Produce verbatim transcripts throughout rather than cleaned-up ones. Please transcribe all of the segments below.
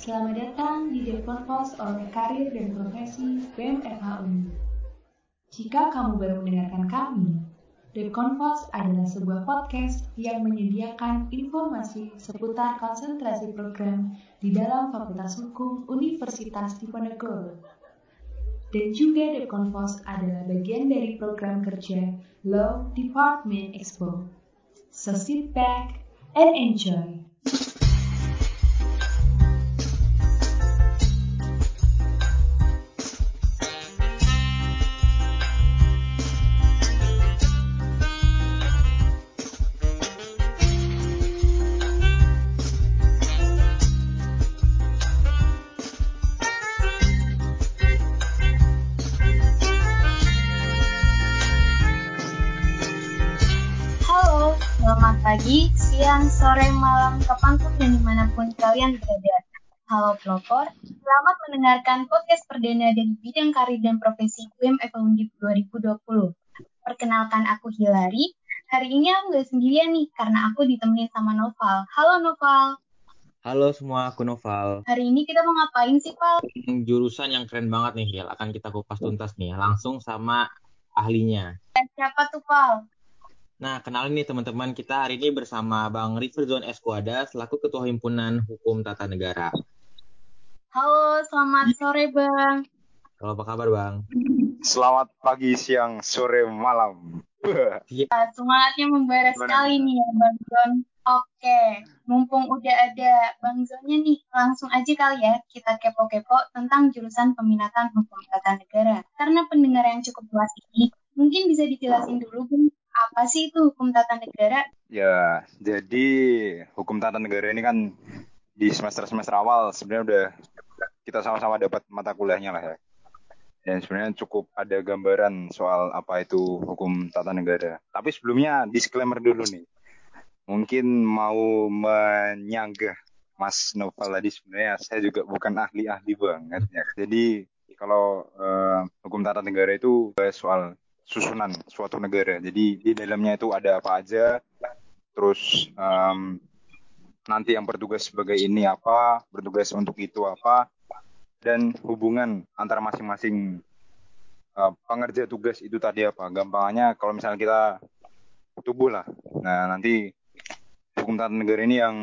Selamat datang di Devconfos oleh Karir dan Profesi B M F H U. Jika kamu baru mendengarkan kami, Devconfos adalah sebuah podcast yang menyediakan informasi seputar konsentrasi program di dalam Fakultas Hukum Universitas Diponegoro. Dan juga Devconfos adalah bagian dari program kerja Law Department Expo. So sit back and enjoy. Selamat pagi, siang, sore, malam, kapanpun dan dimanapun kalian berada. Halo pelopor, selamat mendengarkan podcast perdana dari bidang karir dan profesi B M F Undip dua ribu dua puluh. Perkenalkan aku Hilary, hari ini aku gak sendirian nih karena aku ditemenin sama Noval. Halo Noval. Halo semua, aku Noval. Hari ini kita mau ngapain sih, Val? Jurusan yang keren banget nih, Hil. Akan kita kupas tuntas nih, langsung sama ahlinya. Siapa tuh, Val? Nah, kenalin nih teman-teman, kita hari ini bersama Bang Riverzon Esquada, selaku Ketua Himpunan Hukum Tata Negara. Halo, selamat sore, Bang. Halo, apa kabar, Bang? Selamat pagi, siang, sore, malam. Ya, semangatnya membara sekali nih ya, Bang Zon. Oke, mumpung udah ada Bang Zonnya nih, langsung aja kali ya kita kepo-kepo tentang jurusan peminatan hukum tata negara. Karena pendengar yang cukup luas ini, mungkin bisa dijelasin dulu, Bang, apa sih itu hukum tata negara? Ya, jadi hukum tata negara ini kan di semester-semester awal sebenarnya udah kita sama-sama dapat mata kuliahnya lah ya. Dan sebenarnya cukup ada gambaran soal apa itu hukum tata negara. Tapi sebelumnya disclaimer dulu nih. Mungkin mau menyanggah Mas Noval tadi, sebenarnya saya juga bukan ahli-ahli banget ya. Jadi kalau eh, hukum tata negara itu soal susunan suatu negara. Jadi di dalamnya itu ada apa aja, terus um, nanti yang bertugas sebagai ini apa, bertugas untuk itu apa, dan hubungan antara masing-masing uh, pengerja tugas itu tadi apa. Gampangnya kalau misalnya kita tubuh lah. Nah, nanti hukum tata negara ini yang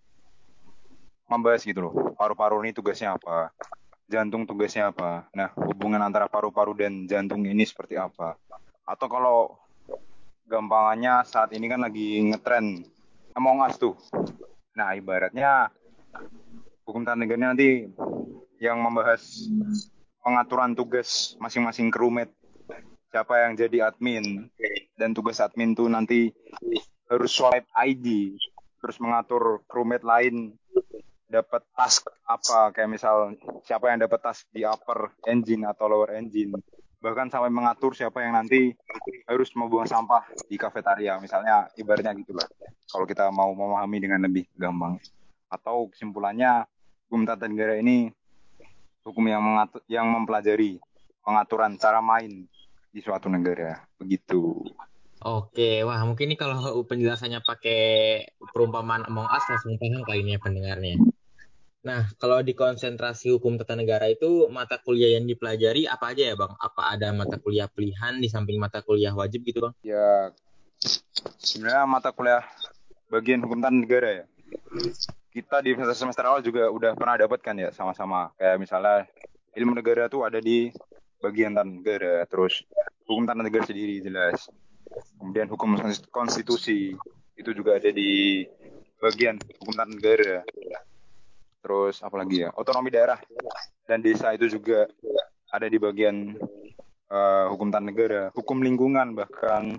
membahas gitu loh. Paru-paru ini tugasnya apa? Jantung tugasnya apa? Nah, hubungan antara paru-paru dan jantung ini seperti apa? Atau kalau gampangannya saat ini kan lagi ngetren Among Us tuh. Nah, ibaratnya hukum tata negara nanti yang membahas pengaturan tugas masing-masing crewmate. Siapa yang jadi admin, dan tugas admin tuh nanti harus swipe I D, terus mengatur crewmate lain dapat task apa, kayak misal siapa yang dapat task di upper engine atau lower engine, bahkan sampai mengatur siapa yang nanti harus membuang sampah di kafetaria misalnya, ibaratnya gitulah kalau kita mau memahami dengan lebih gampang. Atau kesimpulannya, hukum tata negara ini hukum yang mengatur, yang mempelajari pengaturan cara main di suatu negara, begitu. Oke, wah mungkin ini kalau penjelasannya pakai perumpamaan Among Us langsung paham kali ini ya pendengarnya. Nah, kalau di konsentrasi hukum tata negara itu mata kuliah yang dipelajari apa aja ya, Bang? Apa ada mata kuliah pilihan di samping mata kuliah wajib gitu, Bang? Ya, sebenarnya mata kuliah bagian hukum tata negara ya, kita di semester awal juga udah pernah dapat kan ya sama-sama. Kayak misalnya ilmu negara tuh ada di bagian tata negara, terus hukum tata negara sendiri jelas. Kemudian hukum konstitusi itu juga ada di bagian hukum tata negara. Terus apalagi ya, otonomi daerah dan desa itu juga ada di bagian uh, hukum tata negara, hukum lingkungan bahkan,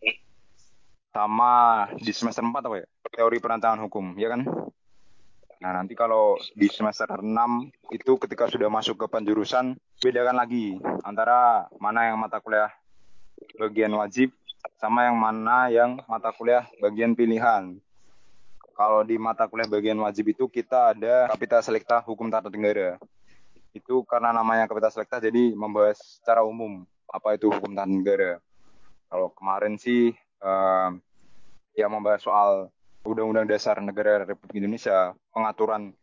sama di semester empat apa ya, teori perancangan hukum, ya kan? Nah, nanti kalau di semester enam itu ketika sudah masuk ke penjurusan, bedakan lagi antara mana yang mata kuliah bagian wajib sama yang mana yang mata kuliah bagian pilihan. Kalau di mata kuliah bagian wajib itu kita ada Kapita Selekta Hukum Tata Negara. Itu karena namanya Kapita Selekta jadi membahas secara umum apa itu hukum tata negara. Kalau kemarin sih uh, ya membahas soal Undang-Undang Dasar Negara Republik Indonesia, pengaturan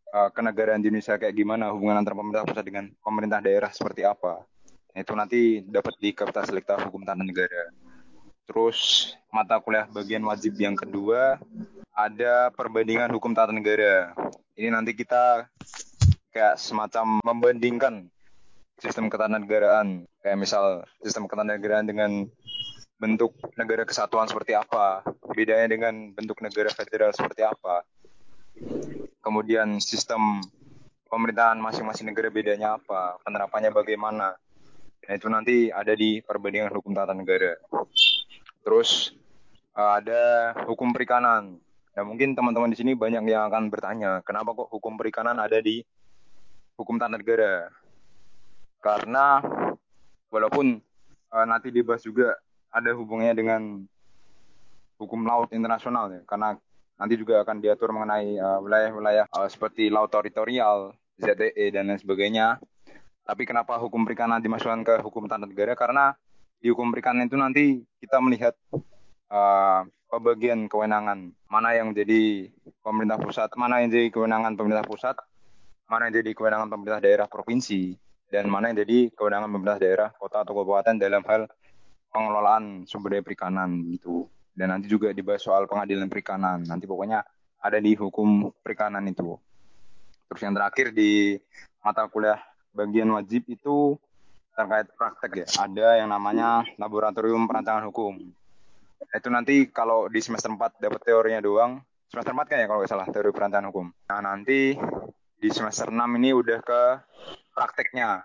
uh, kenegaraan di Indonesia kayak gimana, hubungan antara pemerintah pusat dengan pemerintah daerah seperti apa. Nah, itu nanti dapat di Kapita Selekta Hukum Tata Negara. Terus mata kuliah bagian wajib yang kedua ada perbandingan hukum tata negara. Ini nanti kita kayak semacam membandingkan sistem ketatanegaraan. Kayak misal sistem ketatanegaraan dengan bentuk negara kesatuan seperti apa, bedanya dengan bentuk negara federal seperti apa. Kemudian sistem pemerintahan masing-masing negara bedanya apa, penerapannya bagaimana. Nah, itu nanti ada di perbandingan hukum tata negara. Terus ada hukum perikanan. Nah, mungkin teman-teman di sini banyak yang akan bertanya, kenapa kok hukum perikanan ada di hukum tata negara? Karena walaupun uh, nanti dibahas juga ada hubungannya dengan hukum laut internasional ya, karena nanti juga akan diatur mengenai uh, wilayah-wilayah uh, seperti laut teritorial, Z T E dan lain sebagainya. Tapi kenapa hukum perikanan dimasukkan ke hukum tata negara? Karena di hukum perikanan itu nanti kita melihat uh, pembagian kewenangan, mana yang jadi pemerintah pusat, mana yang jadi kewenangan pemerintah pusat, mana yang jadi kewenangan pemerintah daerah provinsi, dan mana yang jadi kewenangan pemerintah daerah kota atau kabupaten dalam hal pengelolaan sumber daya perikanan gitu. Dan nanti juga dibahas soal pengadilan perikanan. Nanti pokoknya ada di hukum perikanan itu. Terus yang terakhir di mata kuliah bagian wajib itu terkait praktek ya. Ada yang namanya laboratorium perancangan hukum. Itu nanti kalau di semester empat dapat teorinya doang. Semester empat kan ya kalau nggak salah, teori perancangan hukum. Nah nanti di semester enam ini udah ke prakteknya.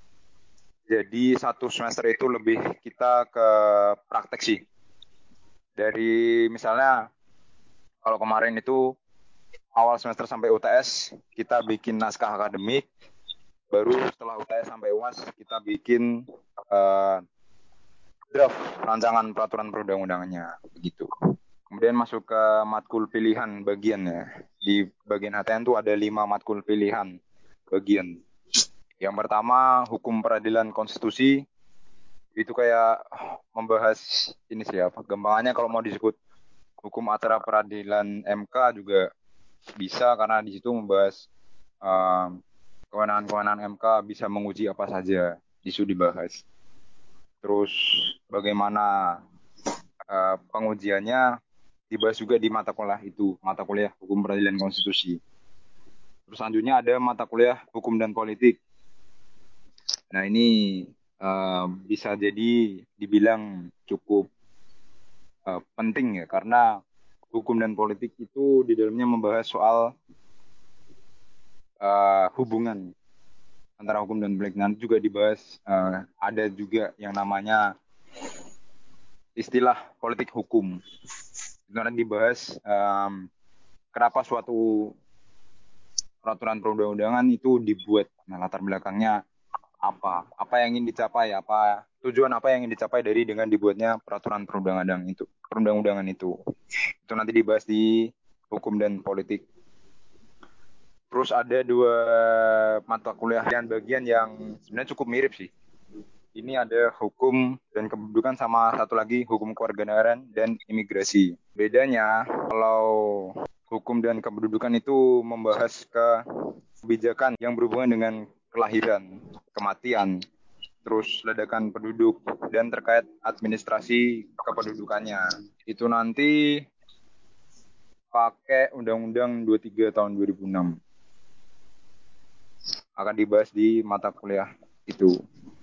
Jadi satu semester itu lebih kita ke praktek sih. Dari misalnya kalau kemarin itu awal semester sampai U T S kita bikin naskah akademik. Baru setelah U T S sampai U A S kita bikin uh, draft rancangan peraturan perundang-undangannya begitu. Kemudian masuk ke matkul pilihan bagian ya. Di bagian H T N itu ada lima matkul pilihan bagian. Yang pertama hukum peradilan konstitusi, itu kayak membahas ini sih apa gampangannya kalau mau disebut hukum acara peradilan M K juga bisa, karena di situ membahas um, kewenangan-kewenangan M K bisa menguji apa saja, isu dibahas. Terus bagaimana uh, pengujiannya dibahas juga di mata kuliah itu, mata kuliah hukum peradilan konstitusi. Terus selanjutnya ada mata kuliah hukum dan politik. Nah ini uh, bisa jadi dibilang cukup uh, penting ya, karena hukum dan politik itu di dalamnya membahas soal uh, hubungan antara hukum dan politik. Nanti juga dibahas uh, ada juga yang namanya istilah politik hukum. Itu nanti dibahas um, kenapa suatu peraturan perundang-undangan itu dibuat. Nah latar belakangnya apa, apa yang ingin dicapai, apa tujuan apa yang ingin dicapai dari dengan dibuatnya peraturan perundang-undangan itu, perundang-undangan itu. Itu nanti dibahas di hukum dan politik. Terus ada dua mata kuliah dan bagian yang sebenarnya cukup mirip sih. Ini ada hukum dan kependudukan sama satu lagi hukum kewarganegaraan dan imigrasi. Bedanya kalau hukum dan kependudukan itu membahas ke kebijakan yang berhubungan dengan kelahiran, kematian, terus ledakan penduduk, dan terkait administrasi kependudukannya. Itu nanti pakai Undang-Undang dua puluh tiga tahun dua ribu enam. Akan dibahas di mata kuliah itu.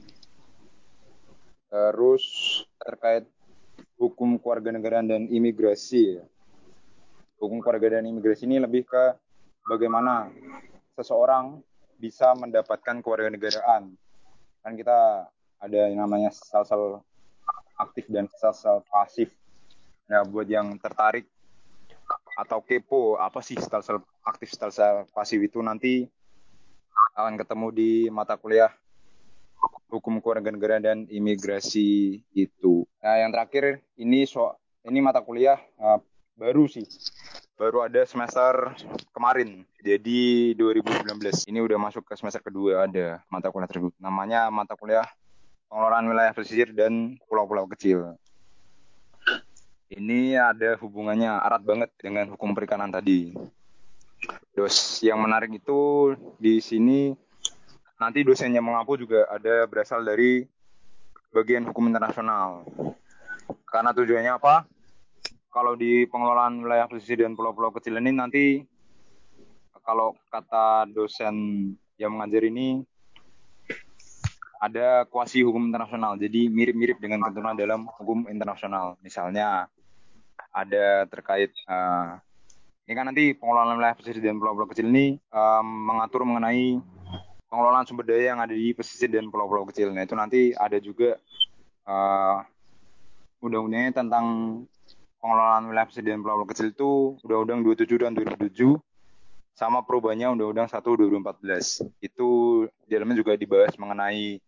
Terus terkait hukum kewarganegaraan dan imigrasi. Hukum kewarganegaraan dan imigrasi ini lebih ke bagaimana seseorang bisa mendapatkan kewarganegaraan. Kan kita ada yang namanya sel-sel aktif dan sel-sel pasif. Nah, buat yang tertarik atau kepo apa sih sel-sel aktif, sel-sel pasif itu nanti akan ketemu di mata kuliah hukum kewarganegaraan dan imigrasi itu. Nah, yang terakhir ini so ini mata kuliah uh, baru sih. Baru ada semester kemarin. Jadi dua ribu sembilan belas. Ini udah masuk ke semester kedua ada mata kuliah tersebut. Namanya mata kuliah pengelolaan wilayah pesisir dan pulau-pulau kecil. Ini ada hubungannya erat banget dengan hukum perikanan tadi. Dos yang menarik itu di sini nanti dosennya mengapu juga ada berasal dari bagian hukum internasional. Karena tujuannya apa? Kalau di pengelolaan wilayah pesisir dan pulau-pulau kecil ini nanti kalau kata dosen yang mengajar ini ada kuasi hukum internasional. Jadi mirip-mirip dengan ketentuan dalam hukum internasional. Misalnya ada terkait uh, ini kan nanti pengelolaan wilayah pesisir dan pulau-pulau kecil ini um, mengatur mengenai pengelolaan sumber daya yang ada di pesisir dan pulau-pulau kecil. Nah itu nanti ada juga uh, undang-undangnya tentang pengelolaan wilayah pesisir dan pulau-pulau kecil itu Undang-Undang dua puluh tujuh tahun dua ribu tujuh sama perubahannya Undang-Undang satu dua ribu empat belas. Itu di dalamnya juga dibahas mengenai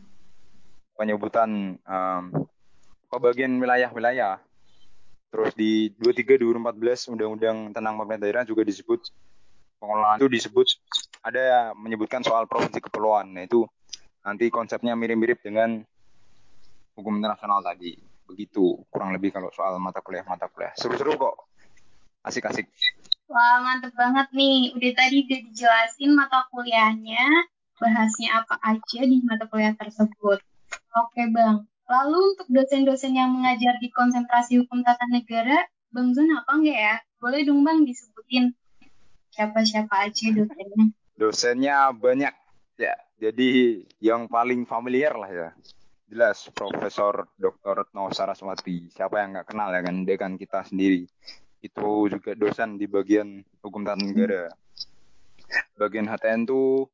penyebutan um, pembagian wilayah-wilayah. Terus di dua puluh tiga dua ribu empat belas Undang-Undang tentang pemerintah daerah juga disebut pengelolaan itu disebut ada menyebutkan soal provinsi kepulauan. Nah itu nanti konsepnya mirip-mirip dengan hukum internasional tadi. Begitu kurang lebih kalau soal mata kuliah-mata kuliah. Seru-seru kok. Asik-asik. Wah, mantep banget nih. Udah tadi udah dijelasin mata kuliahnya, bahasnya apa aja di mata kuliah tersebut. Oke, Bang. Lalu untuk dosen-dosen yang mengajar di konsentrasi hukum tata negara, Bang Zun apa enggak ya? Boleh dong, Bang, disebutin siapa-siapa aja dosennya. Dosennya banyak. Ya, jadi yang paling familiar lah ya. Jelas Profesor Doktor Retno Saraswati. Siapa yang nggak kenal ya kan, dekan kita sendiri. Itu juga dosen di bagian hukum tata negara. Bagian H T N itu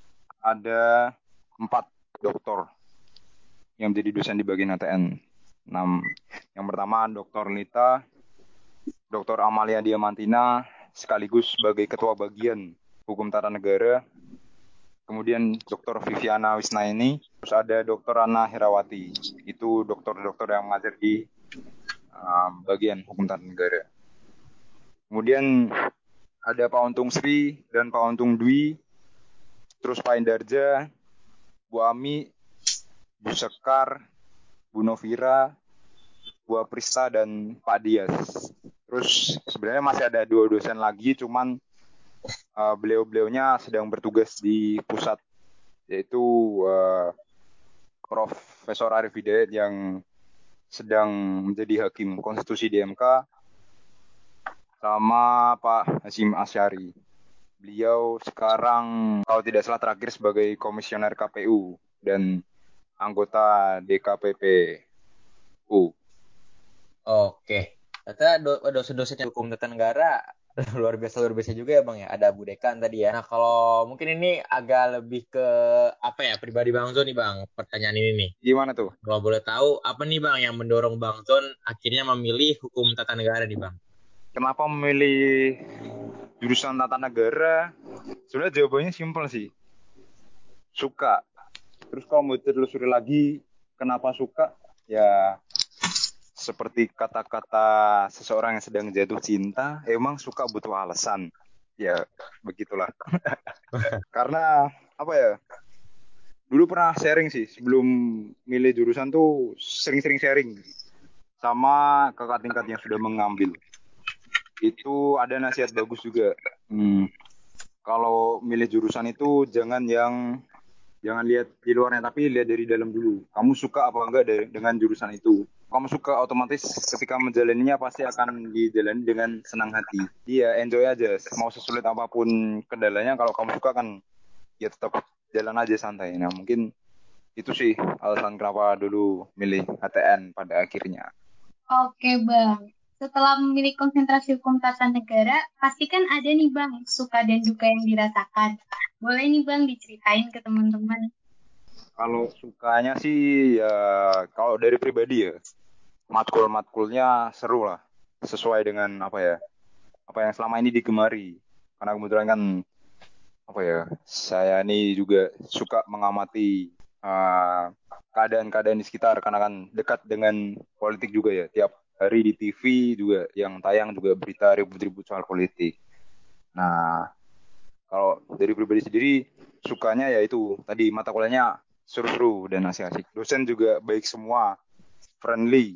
ada empat doktor yang menjadi dosen di bagian H T N. enam. Yang pertama Doktor Lita, Doktor Amalia Diamantina, sekaligus sebagai ketua bagian hukum tata negara. Kemudian Doktor Viviana Wisnaini, terus ada Doktor Ana Herawati. Itu dokter-dokter yang mengajar di um, bagian hukum tata negara. Kemudian ada Pak Untung Sri dan Pak Untung Dwi, terus Pak Indarja, Bu Ami, Bu Sekar, Bu Novira, Bu Aprista, dan Pak Dias. Terus sebenarnya masih ada dua dosen lagi, cuman uh, beliau-beliaunya sedang bertugas di pusat, yaitu uh, Profesor Arif Hidayat yang sedang menjadi hakim konstitusi di M K, sama Pak Hasyim Asyari. Beliau sekarang kalau tidak salah terakhir sebagai komisioner K P U dan anggota D K P P U. Oke. Ternyata do- dosen-dosen yang hukum tata negara luar biasa luar biasa juga ya Bang ya. Ada Bu Dekan tadi ya. Nah kalau mungkin ini agak lebih ke apa ya pribadi Bang Zon nih Bang. Pertanyaan ini nih. Gimana tuh? Kalau boleh tahu apa nih Bang yang mendorong Bang Zon akhirnya memilih hukum tata negara nih Bang? Kenapa memilih jurusan tata negara? Sebenarnya jawabannya simpel sih. Suka. Terus kalau mau telusuri lagi kenapa suka? Ya seperti kata-kata seseorang yang sedang jatuh cinta, emang suka butuh alasan. Ya, begitulah. Karena apa ya? Dulu pernah sharing sih sebelum milih jurusan tuh sering-sering sharing sama kakak tingkat yang sudah mengambil. Itu ada nasihat bagus juga. Hmm, kalau milih jurusan itu jangan yang jangan lihat di luarnya tapi lihat dari dalam dulu. Kamu suka apa enggak dari, dengan jurusan itu? Kamu suka otomatis ketika menjalaninya pasti akan dijalani dengan senang hati. Iya, enjoy aja. Mau sesulit apapun kendalanya kalau kamu suka kan ya tetap jalan aja santai. Nah, mungkin itu sih alasan kenapa dulu milih H T N pada akhirnya. Oke, Bang. Setelah memilih konsentrasi hukum tata negara, pasti kan ada nih, Bang, suka dan duka yang dirasakan. Boleh nih, Bang, diceritain ke teman-teman. Kalau sukanya sih ya kalau dari pribadi ya matkul-matkulnya seru lah. Sesuai dengan apa ya? Apa yang selama ini digemari. Karena kebetulan kan apa ya? Saya ini juga suka mengamati uh, keadaan-keadaan di sekitar karena kan dekat dengan politik juga ya. Tiap hari di T V juga yang tayang juga berita ribut-ribut soal politik. Nah, kalau dari pribadi sendiri sukanya ya itu tadi mata kuliahnya seru-seru dan asik-asik. Dosen juga baik semua, friendly.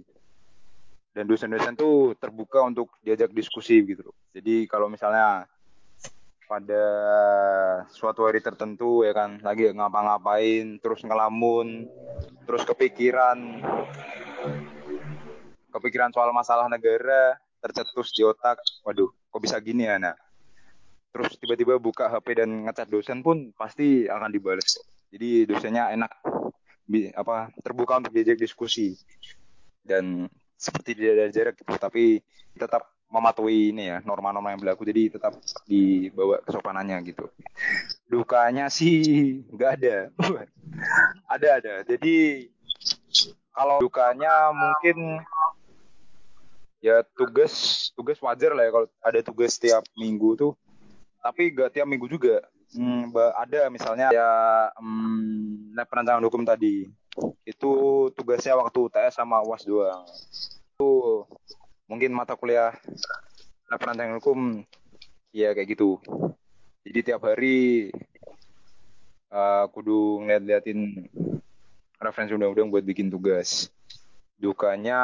Dan dosen-dosen tuh terbuka untuk diajak diskusi gitu loh. Jadi kalau misalnya pada suatu hari tertentu ya kan, lagi ngapa-ngapain, terus ngelamun, terus kepikiran, kepikiran soal masalah negara, tercetus di otak, waduh, kok bisa gini ya, nah. Terus tiba-tiba buka H P dan ngechat dosen pun pasti akan dibalas. Jadi dosennya enak, bi- apa terbuka untuk diajak diskusi dan seperti tidak ada jarak gitu, tapi tetap mematuhi ini ya norma-norma yang berlaku, jadi tetap dibawa kesopanannya gitu. Dukanya sih nggak ada. ada ada jadi kalau dukanya mungkin ya tugas tugas wajar lah ya kalau ada tugas tiap minggu tuh, tapi gak tiap minggu juga. Hmm, ba- ada misalnya ya hmm, lab perancangan hukum tadi itu tugasnya waktu U T S sama U A S doang. Mungkin mata kuliah lab perancangan hukum ya kayak gitu. Jadi tiap hari uh, kudu ngeliat-liatin referensi undang-undang buat bikin tugas. Dukanya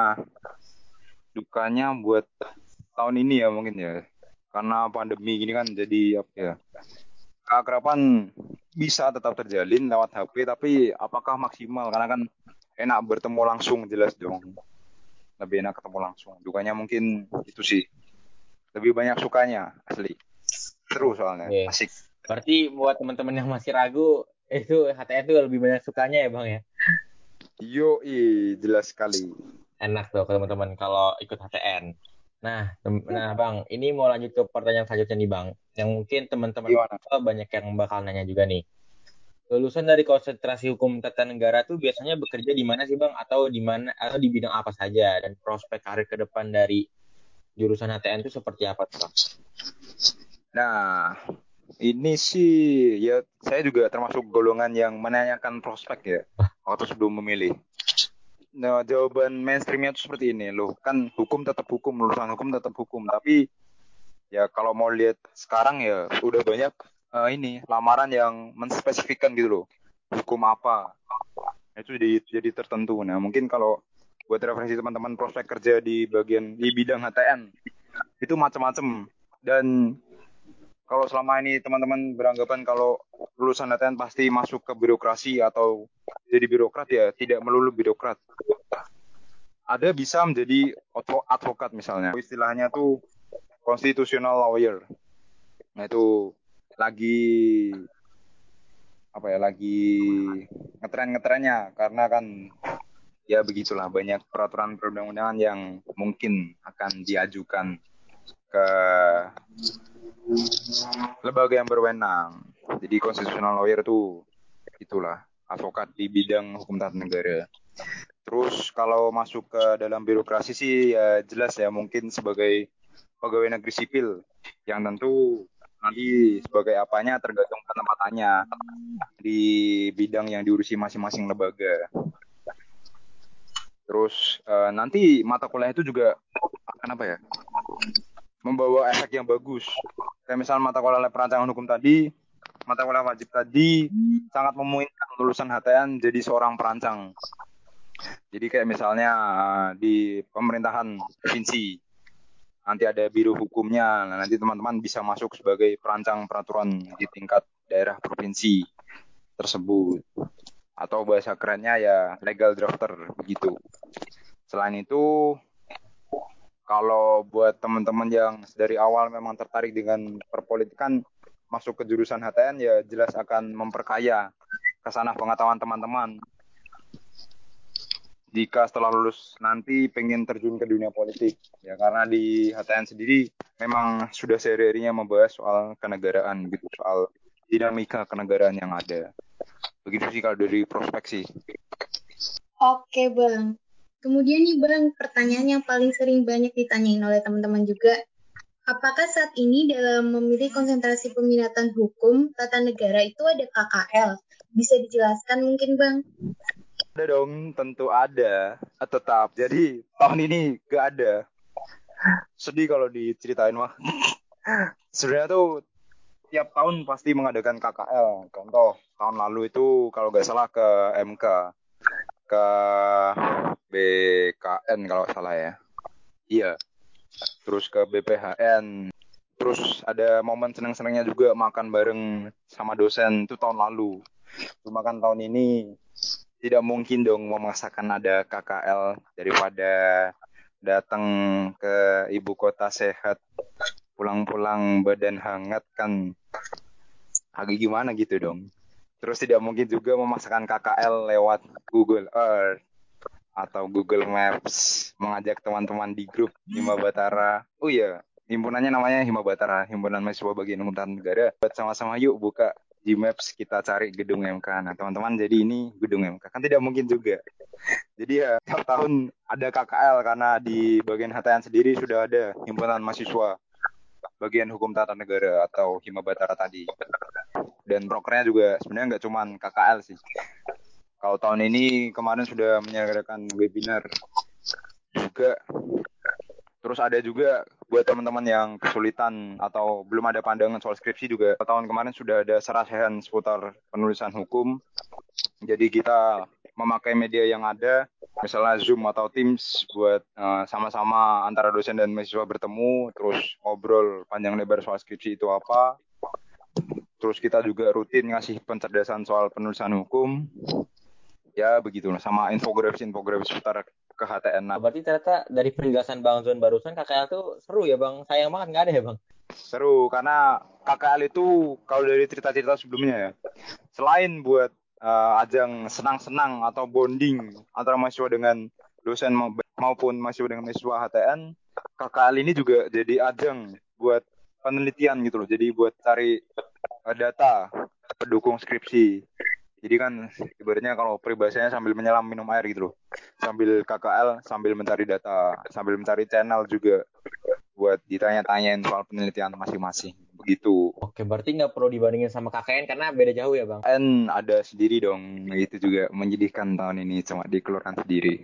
dukanya buat tahun ini ya mungkin ya. Karena pandemi gini kan jadi apa ya? Keakraban bisa tetap terjalin lewat H P, tapi apakah maksimal? Karena kan enak bertemu langsung, jelas dong. Lebih enak ketemu langsung. Dukanya mungkin itu sih. Lebih banyak sukanya, asli. Seru soalnya, Oke. asik. Berarti buat teman-teman yang masih ragu, itu H T N itu lebih banyak sukanya ya Bang ya? Yo, jelas sekali. Enak tuh ke teman-teman kalau ikut H T N. Nah, tem- nah Bang, ini mau lanjut ke pertanyaan selanjutnya nih Bang. Yang mungkin teman-teman Gimana? banyak yang bakal nanya juga nih. Lulusan dari konsentrasi hukum tata negara tuh biasanya bekerja di mana sih Bang? Atau di mana atau di bidang apa saja? Dan prospek karir ke depan dari jurusan H T N itu seperti apa tuh Bang? Nah, ini sih ya saya juga termasuk golongan yang menanyakan prospek ya waktu sebelum memilih. Nah, jawaban mainstreamnya itu seperti ini loh. Kan hukum tetap hukum, lulusan hukum tetap hukum. Tapi ya kalau mau lihat sekarang ya udah banyak eh, ini lamaran yang menspesifikkan gitu loh. Hukum apa? Itu jadi jadi tertentu. Nah, mungkin kalau buat referensi teman-teman prospek kerja di bagian di bidang H T N itu macam-macam. Dan kalau selama ini teman-teman beranggapan kalau lulusan H T N pasti masuk ke birokrasi atau jadi birokrat, ya tidak melulu birokrat. Ada bisa menjadi advokat misalnya. Istilahnya tuh constitutional lawyer. Nah itu lagi apa ya lagi ngetren-ngetrennya karena kan ya begitulah, banyak peraturan perundang-undangan yang mungkin akan diajukan ke lembaga yang berwenang. Jadi constitutional lawyer itu itulah advokat di bidang hukum tata negara. Terus kalau masuk ke dalam birokrasi sih ya jelas ya mungkin sebagai pegawai negeri sipil yang tentu nanti sebagai apanya tergantung penempatannya di bidang yang diurusi masing-masing lembaga. Terus uh, nanti mata kuliah itu juga akan apa ya? Membawa efek yang bagus. Kayak misalnya mata kuliah perancangan hukum tadi, mata kuliah wajib tadi sangat memungkinkan lulusan H T N jadi seorang perancang. Jadi kayak misalnya uh, di pemerintahan provinsi nanti ada biro hukumnya, nah, nanti teman-teman bisa masuk sebagai perancang peraturan di tingkat daerah provinsi tersebut. Atau bahasa kerennya ya legal drafter begitu. Selain itu, kalau buat teman-teman yang dari awal memang tertarik dengan perpolitikan, masuk ke jurusan H T N ya jelas akan memperkaya kesanah pengetahuan teman-teman. Jika setelah lulus nanti pengen terjun ke dunia politik, ya karena di H T N sendiri memang sudah sehari-harinya membahas soal kenegaraan gitu, soal dinamika kenegaraan yang ada. Begitu sih kalau dari prospek sih. Oke Bang. Kemudian nih Bang, pertanyaan yang paling sering banyak ditanyain oleh teman-teman juga, apakah saat ini dalam memilih konsentrasi peminatan hukum tata negara itu ada K K L? Bisa dijelaskan mungkin Bang? Ada dong, tentu ada. Tetap. Jadi tahun ini gak ada. Sedih kalau diceritain mah. Sebenarnya tuh tiap tahun pasti mengadakan K K L. Contoh, tahun lalu itu kalau nggak salah ke M K, ke B K N kalau salah ya. Iya. Terus ke B P H N. Terus ada momen seneng-senengnya juga makan bareng sama dosen itu tahun lalu. Cuma kan tahun ini tidak mungkin dong memaksakan ada K K L daripada datang ke ibu kota sehat, pulang-pulang badan hangat kan agak gimana gitu dong. Terus tidak mungkin juga memaksakan K K L lewat Google Earth atau Google Maps, mengajak teman-teman di grup Hima Batara. Oh iya, himpunannya namanya Hima Batara, Himpunan Mahasiswa Bagian Hukum Tata Negara. Buat sama-sama yuk buka di Maps, kita cari gedung M K. Nah teman-teman, jadi ini gedung M K. Kan tidak mungkin juga. Jadi ya tiap tahun ada K K L karena di bagian H T N sendiri sudah ada Himpunan Mahasiswa Bagian Hukum Tata Negara atau Hima Batara tadi. Dan prokernya juga sebenarnya nggak cuma K K L sih. Kalau tahun ini kemarin sudah menyelenggarakan webinar juga. Terus ada juga buat teman-teman yang kesulitan atau belum ada pandangan soal skripsi juga. Tahun kemarin sudah ada serasehan seputar penulisan hukum. Jadi kita memakai media yang ada, misalnya Zoom atau Teams buat uh, sama-sama antara dosen dan mahasiswa bertemu, terus ngobrol panjang lebar soal skripsi itu apa. Terus kita juga rutin ngasih pencerdasan soal penulisan hukum. Ya begitulah, sama infografis-infografis seputar ke H T N. Berarti ternyata dari penjelasan Bang Zon barusan K K L tuh seru ya Bang. Sayang banget nggak ada ya Bang. Seru karena K K L itu kalau dari cerita-cerita sebelumnya ya, selain buat uh, ajang senang-senang atau bonding antara mahasiswa dengan dosen maupun mahasiswa dengan mahasiswa H T N, K K L ini juga jadi ajang buat penelitian gitu loh. Jadi buat cari uh, data pendukung skripsi. Jadi kan ibaratnya kalau peribahasanya sambil menyelam minum air gitu loh. Sambil K K L, sambil mencari data, sambil mencari channel juga buat ditanya-tanyain soal penelitian masing-masing. Begitu. Oke, berarti nggak perlu dibandingin sama K K N karena beda jauh ya Bang? K K N ada sendiri dong. Itu juga menyedihkan tahun ini, cuma dikeluarkan sendiri.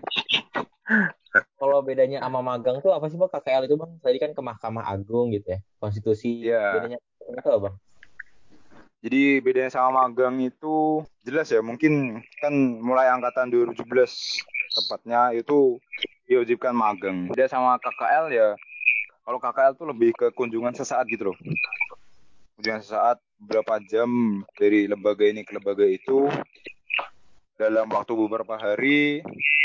Kalau bedanya sama magang tuh apa sih Bang K K L itu Bang? Tadi kan ke Mahkamah Agung gitu ya, konstitusi. Yeah. Bedanya itu apa Bang? Jadi bedanya sama magang itu jelas ya, mungkin kan mulai angkatan dua ribu tujuh belas tepatnya itu diwajibkan magang. Beda sama K K L ya, kalau K K L tuh lebih ke kunjungan sesaat gitu loh. Kunjungan sesaat beberapa jam dari lembaga ini ke lembaga itu dalam waktu beberapa hari.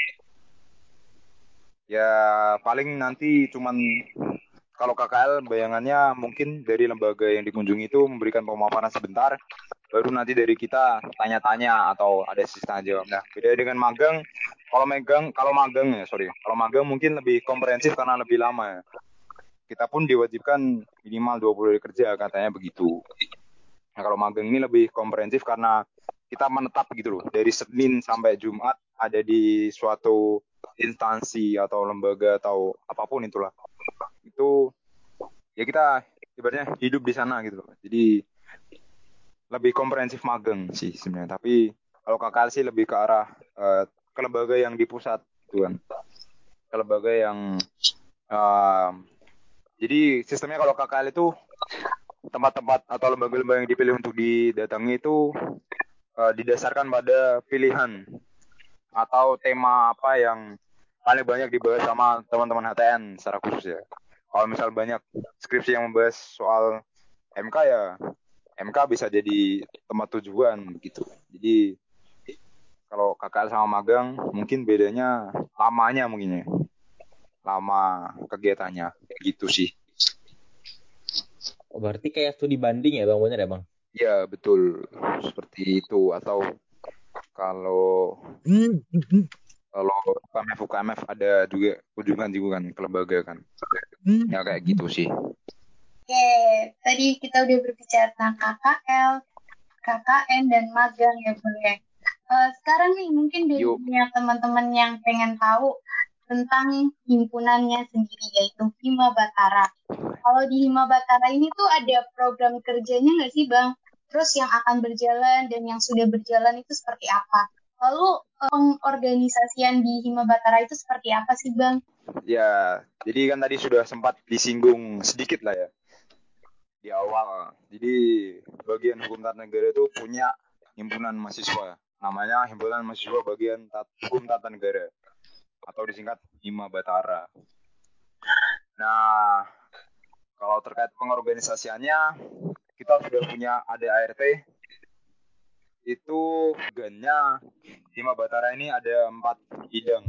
Ya paling nanti cuman kalau K K L bayangannya mungkin dari lembaga yang dikunjungi itu memberikan pemaparan sebentar, baru nanti dari kita tanya-tanya atau ada sesi tanya jawab. Nah, beda dengan magang. Kalau magang, kalau magang ya sorry, kalau magang mungkin lebih komprehensif karena lebih lama ya. Kita pun diwajibkan minimal dua puluh hari kerja katanya begitu. Nah, kalau magang ini lebih komprehensif karena kita menetap gitu loh, dari Senin sampai Jumat ada di suatu instansi atau lembaga atau apapun itulah. Itu ya kita ibaratnya hidup di sana gitu loh. Jadi lebih komprehensif magang sih sebenarnya. Tapi kalau K K L sih lebih ke arah uh, ke lembaga yang di pusat gitu kan. Ke lembaga yang uh, jadi sistemnya kalau K K L itu tempat-tempat atau lembaga-lembaga yang dipilih untuk didatangi itu uh, didasarkan pada pilihan atau tema apa yang paling banyak dibahas sama teman-teman H T N secara khusus ya. Kalau misal banyak skripsi yang membahas soal M K ya, M K bisa jadi tempat tujuan gitu. Jadi kalau K K L sama magang mungkin bedanya lamanya mungkin ya. Lama kegiatannya gitu sih. Oh, berarti kayak studi banding ya Bang, bener ya Bang? Ya betul, seperti itu. Atau kalau kalau U K M F U K M F ada juga kunjungan juga kan ke lembaga kan. Ya kayak gitu sih. Oke, tadi kita udah berbicara tentang K K L, K K N, dan magang ya Bang ya. Uh, sekarang nih mungkin dari banyak teman-teman yang pengen tahu tentang himpunannya sendiri, yaitu Hima Batara. Kalau di Hima Batara ini tuh ada program kerjanya nggak sih Bang? Terus yang akan berjalan dan yang sudah berjalan itu seperti apa? Lalu pengorganisasian di Hima Batara itu seperti apa sih Bang? Ya, jadi kan tadi sudah sempat disinggung sedikit lah ya di awal. Jadi bagian hukum tata negara itu punya himpunan mahasiswa. Namanya Himpunan Mahasiswa Bagian Tat- Hukum Tata Negara atau disingkat Hima Batara. Nah, kalau kalau terkait pengorganisasiannya, kita sudah punya A D A R T. Itu bagiannya Hima Batara ini ada empat bidang.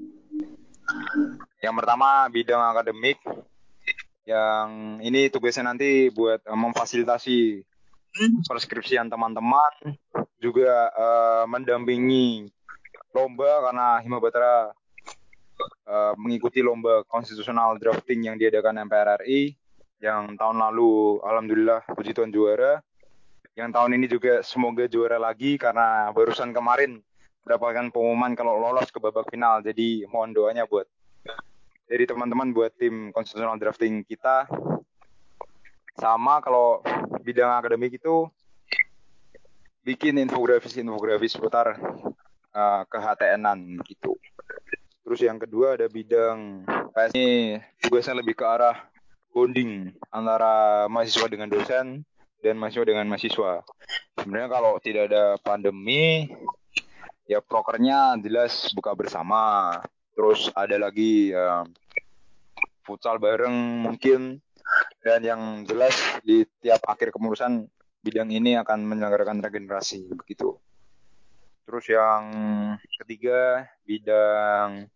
Yang pertama bidang akademik, yang ini tugasnya nanti buat uh, memfasilitasi perskripsian teman-teman, juga uh, mendampingi lomba karena Hima Batara uh, mengikuti lomba konstitusional drafting yang diadakan M P R R I yang tahun lalu alhamdulillah puji Tuhan juara. Yang tahun ini juga semoga juara lagi karena barusan kemarin mendapatkan pengumuman kalau lolos ke babak final. Jadi mohon doanya buat dari teman-teman buat tim konstitusional drafting kita. Sama kalau bidang akademik itu bikin infografis-infografis seputar uh, ke H T N-an gitu. Terus yang kedua ada bidang P S ini tugasnya lebih ke arah bonding antara mahasiswa dengan dosen dan mahasiswa dengan mahasiswa. Sebenarnya kalau tidak ada pandemi, ya prokernya jelas buka bersama. Terus ada lagi ya, futsal bareng mungkin. Dan yang jelas di tiap akhir kepengurusan bidang ini akan menyelenggarakan regenerasi begitu. Terus yang ketiga bidang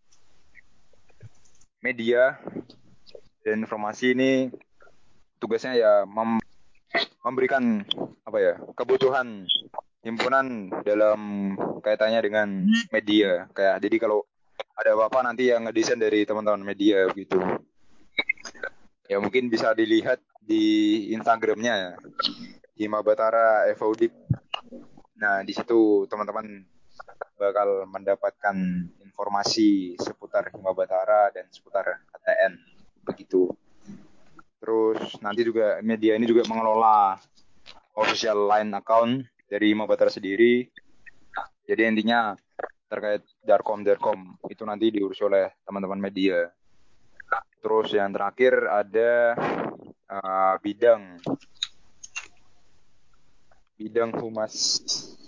media dan informasi ini tugasnya ya mem- memberikan apa ya kebutuhan himpunan dalam kaitannya dengan media. Kayak jadi kalau ada apa-apa nanti yang ngedesain dari teman-teman media gitu. Ya mungkin bisa dilihat di Instagramnya ya, Hima Batara Evodik. Nah di situ teman-teman bakal mendapatkan informasi seputar Hima Batara dan seputar H T N begitu. Terus nanti juga media ini juga mengelola official line account dari Hima Batara sendiri. Jadi intinya terkait Darkom-Darkom itu nanti diurus oleh teman-teman media. Terus yang terakhir ada uh, bidang bidang humas.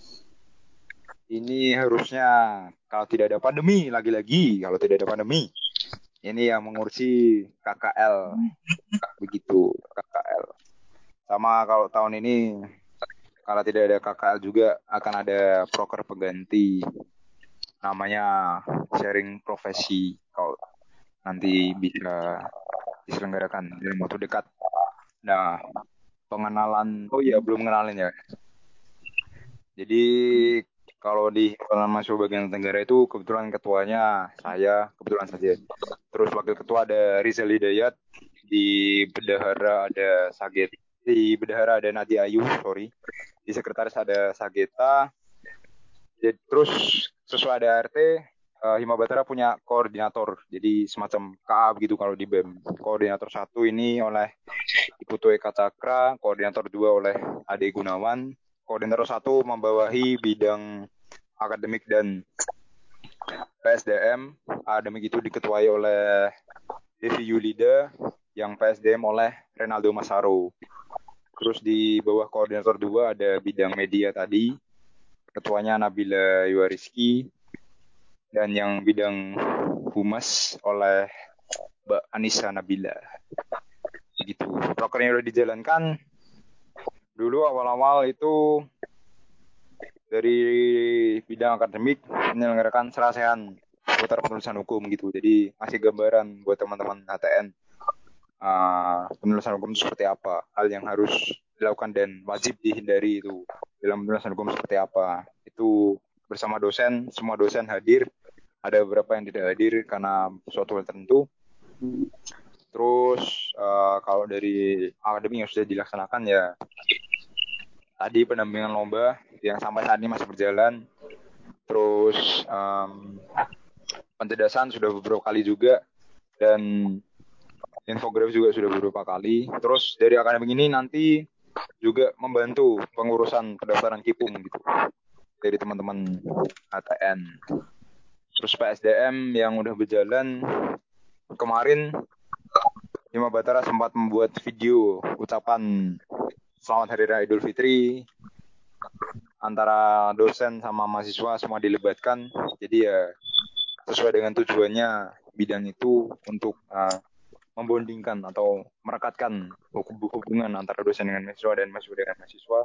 Ini harusnya kalau tidak ada pandemi, lagi-lagi kalau tidak ada pandemi, ini yang mengurusi K K L, begitu K K L. Sama kalau tahun ini kalau tidak ada K K L juga akan ada proker pengganti, namanya sharing profesi. Kalau nanti bisa diselenggarakan dalam waktu dekat. Nah, pengenalan, oh iya belum kenalin ya. Jadi kalau di himpunan mahasiswa bagian Tenggara itu kebetulan ketuanya saya, kebetulan saja. Terus wakil ketua ada Rizal Hidayat, di bendahara ada Saget, di bendahara ada Nadia Ayu, sorry. Di sekretaris ada Sageta. Jadi, terus sesuai ada R T, Uh, Hima Batara punya koordinator, jadi semacam K A begitu kalau di B E M. Koordinator satu ini oleh Ibu Toe Cakra, koordinator dua oleh Ade Gunawan, koordinator satu membawahi bidang akademik dan P S D M. Akademik itu diketuai oleh Devi Yulida, yang P S D M oleh Renaldo Masaro. Terus di bawah koordinator dua ada bidang media tadi, ketuanya Nabila Yuariski. Dan yang bidang humas oleh Mbak Anissa Nabila. Begitu. Prokernya udah dijalankan. Dulu awal-awal itu dari bidang akademik menyelenggarakan serasehan seputar penulisan hukum gitu. Jadi ngasih gambaran buat teman-teman H T N. Uh, penulisan hukum itu seperti apa, hal yang harus dilakukan dan wajib dihindari itu dalam penulisan hukum seperti apa. Itu bersama dosen, semua dosen hadir. Ada beberapa yang tidak hadir karena suatu hal tertentu. Terus uh, kalau dari akademik yang sudah dilaksanakan ya tadi pendampingan lomba yang sampai saat ini masih berjalan. Terus um, pencedasan sudah beberapa kali juga dan infografis juga sudah beberapa kali. Terus dari akademik ini nanti juga membantu pengurusan pendaftaran Kipum gitu dari teman-teman H T N. Terus P S D M yang udah berjalan kemarin, Hima Batara sempat membuat video ucapan Selamat Hari Raya Idul Fitri antara dosen sama mahasiswa semua dilibatkan. Jadi ya sesuai dengan tujuannya bidang itu untuk uh, membondingkan atau merekatkan hubungan antara dosen dengan mahasiswa dan mahasiswa dengan mahasiswa.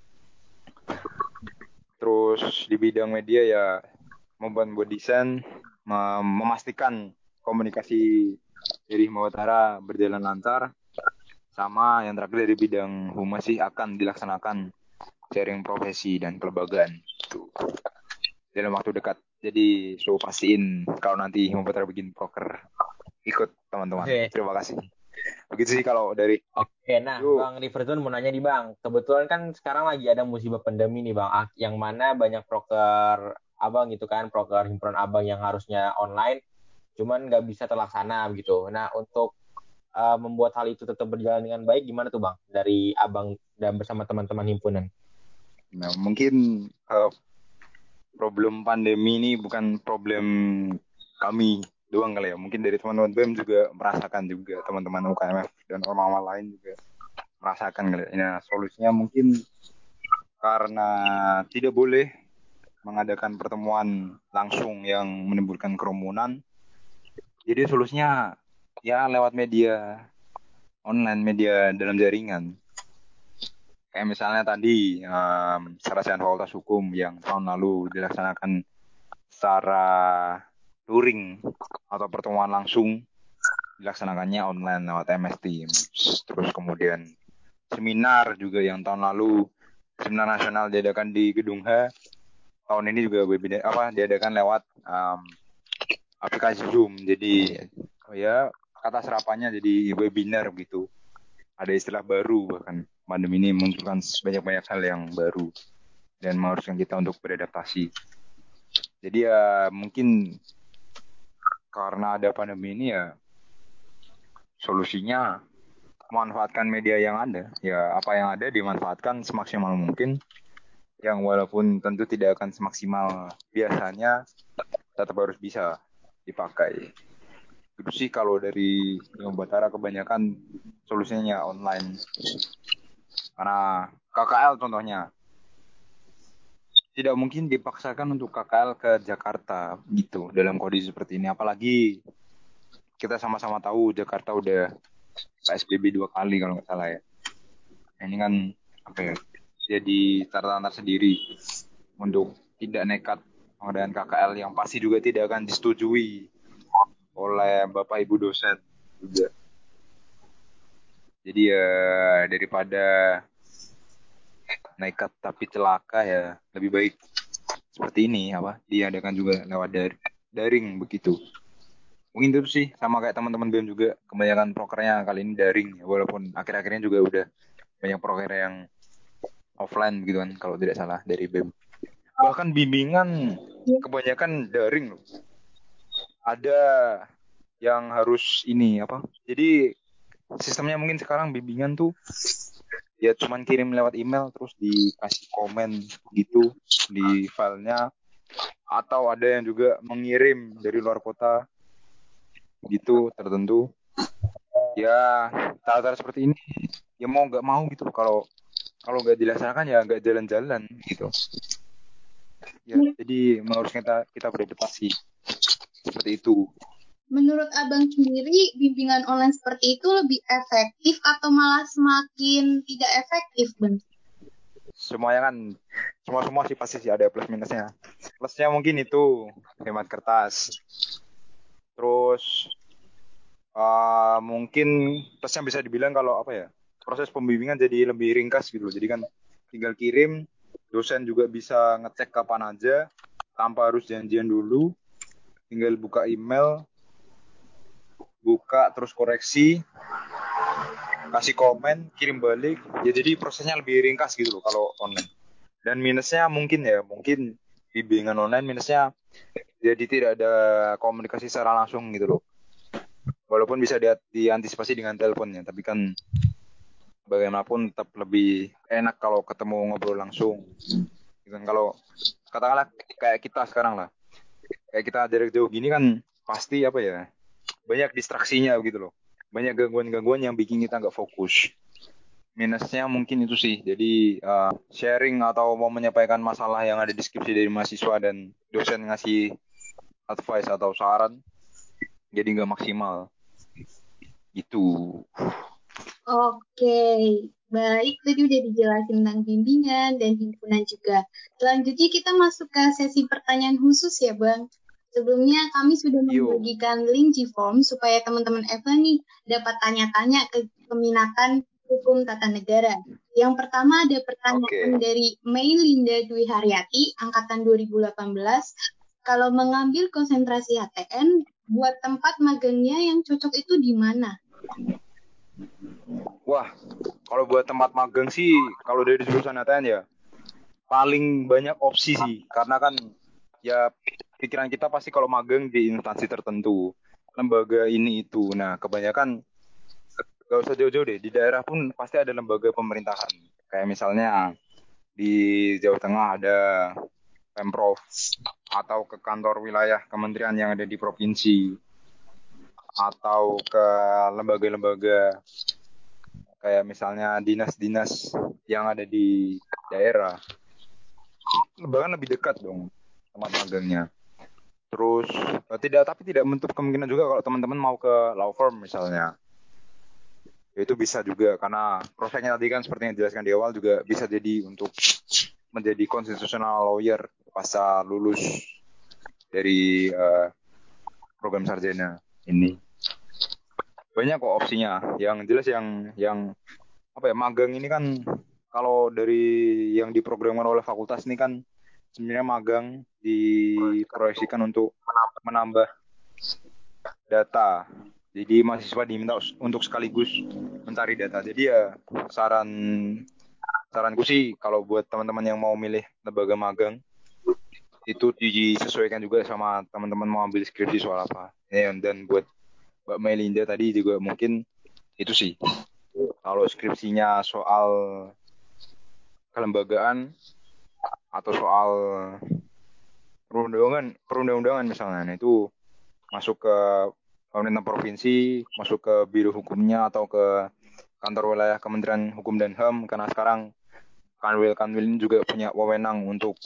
Terus di bidang media ya membuat-buat desain, mem- memastikan komunikasi dari Himawatara berjalan lancar. Sama yang terakhir dari bidang humas sih akan dilaksanakan sharing profesi dan kelembagaan itu dalam waktu dekat. Jadi so pastiin kalau nanti Himawatara bikin proker ikut teman-teman. Oke. Terima kasih. Begitu sih kalau dari Oke, nah Yuk. Bang Riverton mau nanya nih Bang. Kebetulan kan sekarang lagi ada musibah pandemi nih Bang, ah, yang mana banyak proker abang gitu kan, proker himpunan abang yang harusnya online, cuman nggak bisa terlaksana gitu. Nah untuk uh, membuat hal itu tetap berjalan dengan baik, gimana tuh Bang dari abang dan bersama teman-teman himpunan? Nah, mungkin uh, problem pandemi ini bukan problem kami doang kali ya. Mungkin dari teman-teman B E M juga merasakan juga, teman-teman U K M F dan orang-orang lain juga merasakan kali ya. Nah, solusinya mungkin karena tidak boleh mengadakan pertemuan langsung yang menimbulkan kerumunan. Jadi solusinya ya lewat media online, media dalam jaringan. Kayak misalnya tadi um, serasian fakultas hukum yang tahun lalu dilaksanakan secara luring atau pertemuan langsung, dilaksanakannya online lewat M S Teams. Terus kemudian seminar juga yang tahun lalu seminar nasional diadakan di Gedung H, tahun ini juga webinar apa diadakan lewat um, aplikasi Zoom. Jadi oh ya kata serapannya jadi webinar gitu. Ada istilah baru, bahkan pandemi ini munculkan banyak-banyak hal yang baru dan mengharuskan kita untuk beradaptasi. Jadi ya mungkin karena ada pandemi ini ya solusinya memanfaatkan media yang ada. Ya apa yang ada dimanfaatkan semaksimal mungkin. Yang walaupun tentu tidak akan semaksimal biasanya, tetap harus bisa dipakai. Itu sih kalau dari Himawatara kebanyakan solusinya online. Karena K K L contohnya tidak mungkin dipaksakan untuk K K L ke Jakarta gitu dalam kondisi seperti ini. Apalagi kita sama-sama tahu Jakarta udah P S B B dua kali kalau nggak salah ya. Ini kan apa ya? Jadi catatan tersendiri untuk tidak nekat mengadakan K K L yang pasti juga tidak akan disetujui oleh Bapak Ibu dosen juga. Jadi ya daripada nekat tapi celaka ya lebih baik seperti ini apa diadakan juga lewat dar- daring begitu. Mungkin itu sih sama kayak teman-teman B E M juga kebanyakan prokernya kali ini daring ya, walaupun akhir-akhirnya juga udah banyak proker yang offline gitu kan kalau tidak salah dari B E M. Bahkan bimbingan kebanyakan daring loh. Ada yang harus ini apa? Jadi sistemnya mungkin sekarang bimbingan tuh ya cuman kirim lewat email terus dikasih komen gitu di filenya, atau ada yang juga mengirim dari luar kota gitu tertentu. Ya cara-cara seperti ini ya mau nggak mau gitu, kalau kalau nggak dilaksanakan ya nggak jalan-jalan gitu ya. Jadi mengharuskan kita kita beradaptasi seperti itu. Menurut Abang sendiri, bimbingan online seperti itu lebih efektif atau malah semakin tidak efektif, Bang? Semuanya kan semua-semua sih pasti sih ada plus minusnya. Plusnya mungkin itu hemat kertas. Terus uh, mungkin plusnya bisa dibilang kalau apa ya, proses pembimbingan jadi lebih ringkas gitu loh. Jadi kan tinggal kirim, dosen juga bisa ngecek kapan aja tanpa harus janjian dulu. Tinggal buka email, buka terus koreksi, kasih komen, kirim balik. Ya jadi prosesnya lebih ringkas gitu loh kalau online. Dan minusnya mungkin ya, mungkin bimbingan online minusnya jadi tidak ada komunikasi secara langsung gitu loh. Walaupun bisa di, diantisipasi dengan teleponnya, tapi kan bagaimanapun tetap lebih enak kalau ketemu ngobrol langsung. Gitu. Kalau katakanlah kayak kita sekarang lah, kayak kita jarak jauh gini kan pasti apa ya, banyak distraksinya gitu loh, banyak gangguan-gangguan yang bikin kita nggak fokus. Minusnya mungkin itu sih, jadi uh, sharing atau mau menyampaikan masalah yang ada di skripsi dari mahasiswa dan dosen ngasih advice atau saran jadi nggak maksimal Itu. Oke, baik. Tadi udah dijelasin tentang bimbingan dan himpunan juga. Selanjutnya kita masuk ke sesi pertanyaan khusus ya, Bang. Sebelumnya kami sudah Yo. membagikan link G-Form supaya teman-teman Eva nih dapat tanya-tanya ke peminatan hukum tata negara. Yang pertama ada pertanyaan Oke. dari Mei Linda Dwi Haryati, angkatan dua ribu delapan belas. Kalau mengambil konsentrasi H T N, buat tempat magangnya yang cocok itu di mana? Wah, kalau buat tempat magang sih, kalau dari jurusan H T N ya, paling banyak opsi sih. Karena kan, ya pikiran kita pasti kalau magang di instansi tertentu, lembaga ini itu. Nah, kebanyakan gak usah jauh-jauh deh, di daerah pun pasti ada lembaga pemerintahan. Kayak misalnya di Jawa Tengah ada Pemprov, atau ke kantor wilayah kementerian yang ada di provinsi, atau ke lembaga-lembaga kayak misalnya dinas-dinas yang ada di daerah. Bahkan lebih dekat dong tempat magangnya. Terus eh, tidak tapi tidak menutup kemungkinan juga kalau teman-teman mau ke law firm misalnya. Itu bisa juga karena prospeknya tadi kan seperti yang dijelaskan di awal juga bisa jadi untuk menjadi constitutional lawyer pasca lulus dari uh, program sarjana ini. Banyak kok opsinya. Yang jelas yang yang apa ya, magang ini kan kalau dari yang diprogramkan oleh fakultas ini kan sebenarnya magang diproyeksikan untuk menambah data. Jadi mahasiswa diminta untuk sekaligus mencari data. Jadi ya saran saranku sih kalau buat teman-teman yang mau milih lembaga magang itu disesuaikan juga sama teman-teman mau ambil skripsi soal apa. Ya, dan buat Mbak Melinda tadi juga mungkin itu sih. Kalau skripsinya soal kelembagaan atau soal perundang-undangan, perundang-undangan misalnya, nah itu masuk ke pemerintah provinsi, masuk ke biro hukumnya atau ke kantor wilayah Kementerian Hukum dan H A M karena sekarang Kanwil-Kanwil ini juga punya wewenang untuk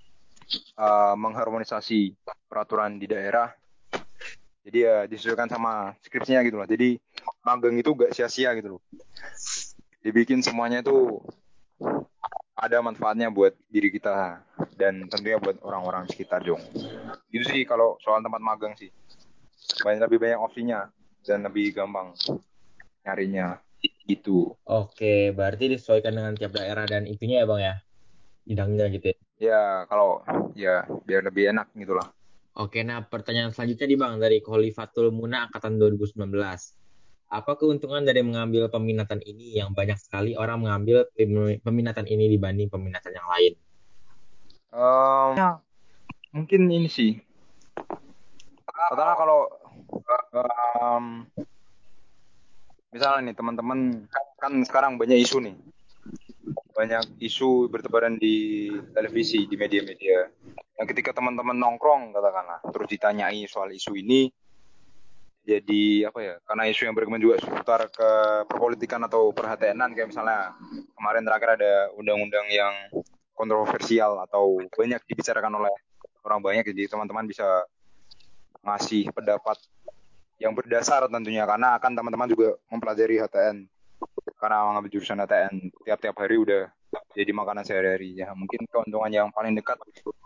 uh, mengharmonisasi peraturan di daerah. Jadi ya disesuaikan sama skripsinya gitu loh. Jadi magang itu gak sia-sia gitu loh. Dibikin semuanya itu ada manfaatnya buat diri kita dan tentunya buat orang-orang sekitar dong. Itu sih kalau soal tempat magang sih. Banyak lebih banyak opsinya dan lebih gampang nyarinya gitu. Oke, berarti disesuaikan dengan tiap daerah dan itunya ya Bang ya, bidangnya gitu ya. Ya kalau ya biar lebih enak gitu lah. Oke, nah pertanyaan selanjutnya nih Bang dari Khalifatul Muna angkatan dua ribu sembilan belas. Apa keuntungan dari mengambil peminatan ini yang banyak sekali orang mengambil pem- peminatan ini dibanding peminatan yang lain? Um, ya, mungkin ini sih. Pertama kalau um, misalnya nih teman-teman kan sekarang banyak isu nih, banyak isu bertebaran di televisi, di media-media. Nah, ketika teman-teman nongkrong katakanlah, terus ditanyai soal isu ini, jadi apa ya? Karena isu yang berkembang juga seputar ke perpolitikan atau perhatianan, kayak misalnya kemarin terakhir ada undang-undang yang kontroversial atau banyak dibicarakan oleh orang banyak, jadi teman-teman bisa ngasih pendapat yang berdasar tentunya karena akan teman-teman juga mempelajari H T N karena mengambil jurusan H T N tiap-tiap hari udah jadi makanan sehari-hari ya. Mungkin keuntungan yang paling dekat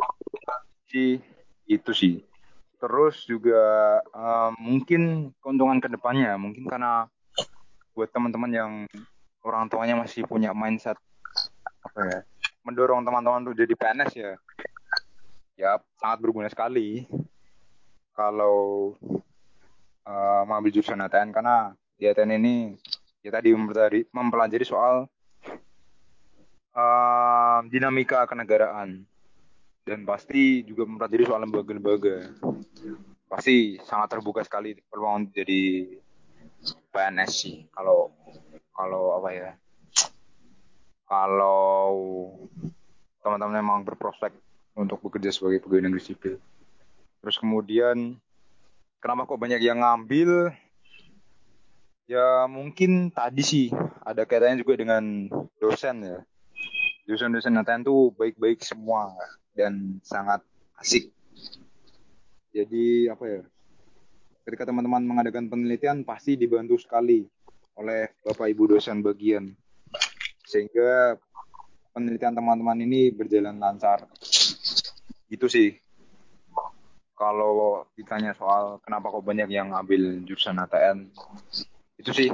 sih itu sih. Terus juga um, mungkin keuntungan kedepannya mungkin karena buat teman-teman yang orang tuanya masih punya mindset apa ya, mendorong teman-teman untuk jadi P N S ya, ya sangat berguna sekali kalau uh, mengambil jurusan H T N karena di H T N ini kita di mempelajari, mempelajari soal uh, dinamika kenegaraan dan pasti juga mempelajari soal lembaga-lembaga. Pasti sangat terbuka sekali peluang jadi P N S sih kalau kalau apa ya, kalau teman-teman memang berprospek untuk bekerja sebagai pegawai negeri sipil. Terus kemudian kenapa kok banyak yang ngambil? Ya mungkin tadi sih ada kaitannya juga dengan dosen ya. Dosen-dosen H T N tuh baik-baik semua dan sangat asik. Jadi apa ya? ketika teman-teman mengadakan penelitian pasti dibantu sekali oleh Bapak Ibu dosen bagian. Sehingga penelitian teman-teman ini berjalan lancar. Gitu sih. Kalau ditanya soal kenapa kok banyak yang ambil jurusan H T N, itu sih.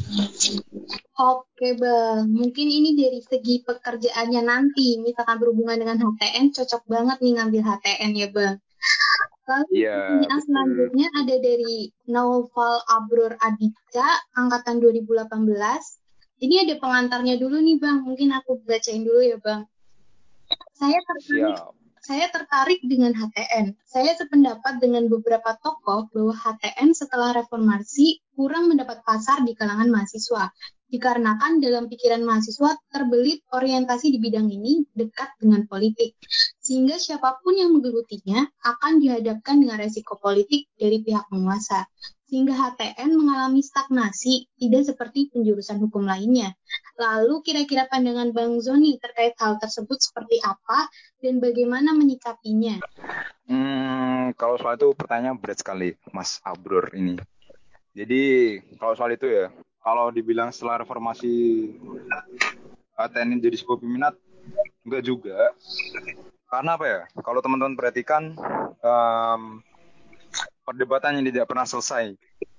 Oke Bang, mungkin ini dari segi pekerjaannya nanti, misalkan berhubungan dengan H T N, cocok banget nih ngambil H T N ya Bang. Lalu Iya, pertanyaan betul. selanjutnya ada dari Naufal Abror Aditya, angkatan dua ribu delapan belas. Ini ada pengantarnya dulu nih Bang, mungkin aku bacain dulu ya Bang. Saya tertarik Siap. Saya tertarik dengan H T N. Saya sependapat dengan beberapa tokoh bahwa H T N setelah reformasi kurang mendapat pasar di kalangan mahasiswa. Dikarenakan dalam pikiran mahasiswa terbelit orientasi di bidang ini dekat dengan politik. Sehingga siapapun yang menggelutinya akan dihadapkan dengan resiko politik dari pihak penguasa. Sehingga H T N mengalami stagnasi, tidak seperti penjurusan hukum lainnya. Lalu kira-kira pandangan Bang Zoni terkait hal tersebut seperti apa dan bagaimana menyikapinya? Hmm, kalau soal itu pertanyaan berat sekali, Mas Abror ini. Jadi kalau soal itu ya, kalau dibilang setelah reformasi H T N jadi sebuah peminat, enggak juga. Karena apa ya? Kalau teman-teman perhatikan, um, perdebatan yang tidak pernah selesai,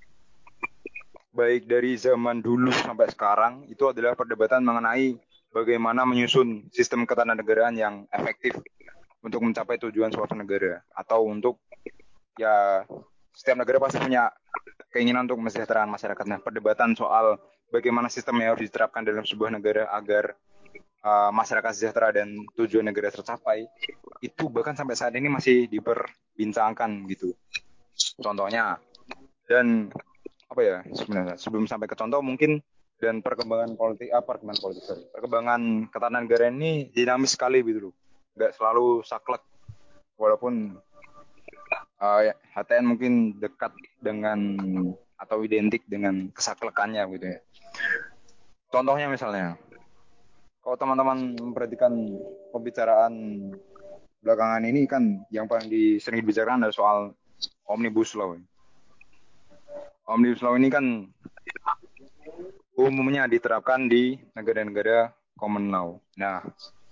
baik dari zaman dulu sampai sekarang, itu adalah perdebatan mengenai bagaimana menyusun sistem ketatanegaraan yang efektif untuk mencapai tujuan suatu negara, atau untuk ya setiap negara pasti punya keinginan untuk kesejahteraan masyarakatnya. Perdebatan soal bagaimana sistem yang harus diterapkan dalam sebuah negara agar uh, masyarakat sejahtera dan tujuan negara tercapai, itu bahkan sampai saat ini masih diperbincangkan gitu. Contohnya, dan apa ya sebenarnya sebelum sampai ke contoh mungkin, dan perkembangan politik apa perkembangan politik sorry, perkembangan ketatanegaraan ini dinamis sekali gitu loh, nggak selalu saklek, walaupun uh, H T N mungkin dekat dengan atau identik dengan kesaklekannya gitu ya. Contohnya misalnya, kalau teman-teman memperhatikan pembicaraan belakangan ini kan yang paling di, sering dibicarakan adalah soal Omnibus Law. Omnibus Law ini kan umumnya diterapkan di negara-negara common law. Nah,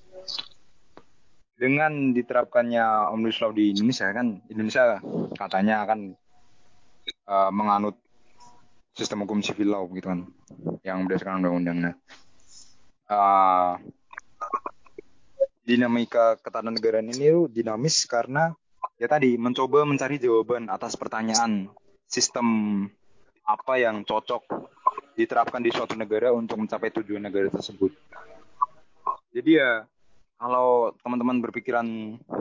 dengan diterapkannya Omnibus Law di Indonesia kan, Indonesia katanya akan uh, menganut sistem hukum civil law gitu kan, yang berdasarkan undang-undang. Nah, uh, dinamika ketatanegaraan ini tuh dinamis karena ya tadi mencoba mencari jawaban atas pertanyaan sistem apa yang cocok diterapkan di suatu negara untuk mencapai tujuan negara tersebut. Jadi ya kalau teman-teman berpikiran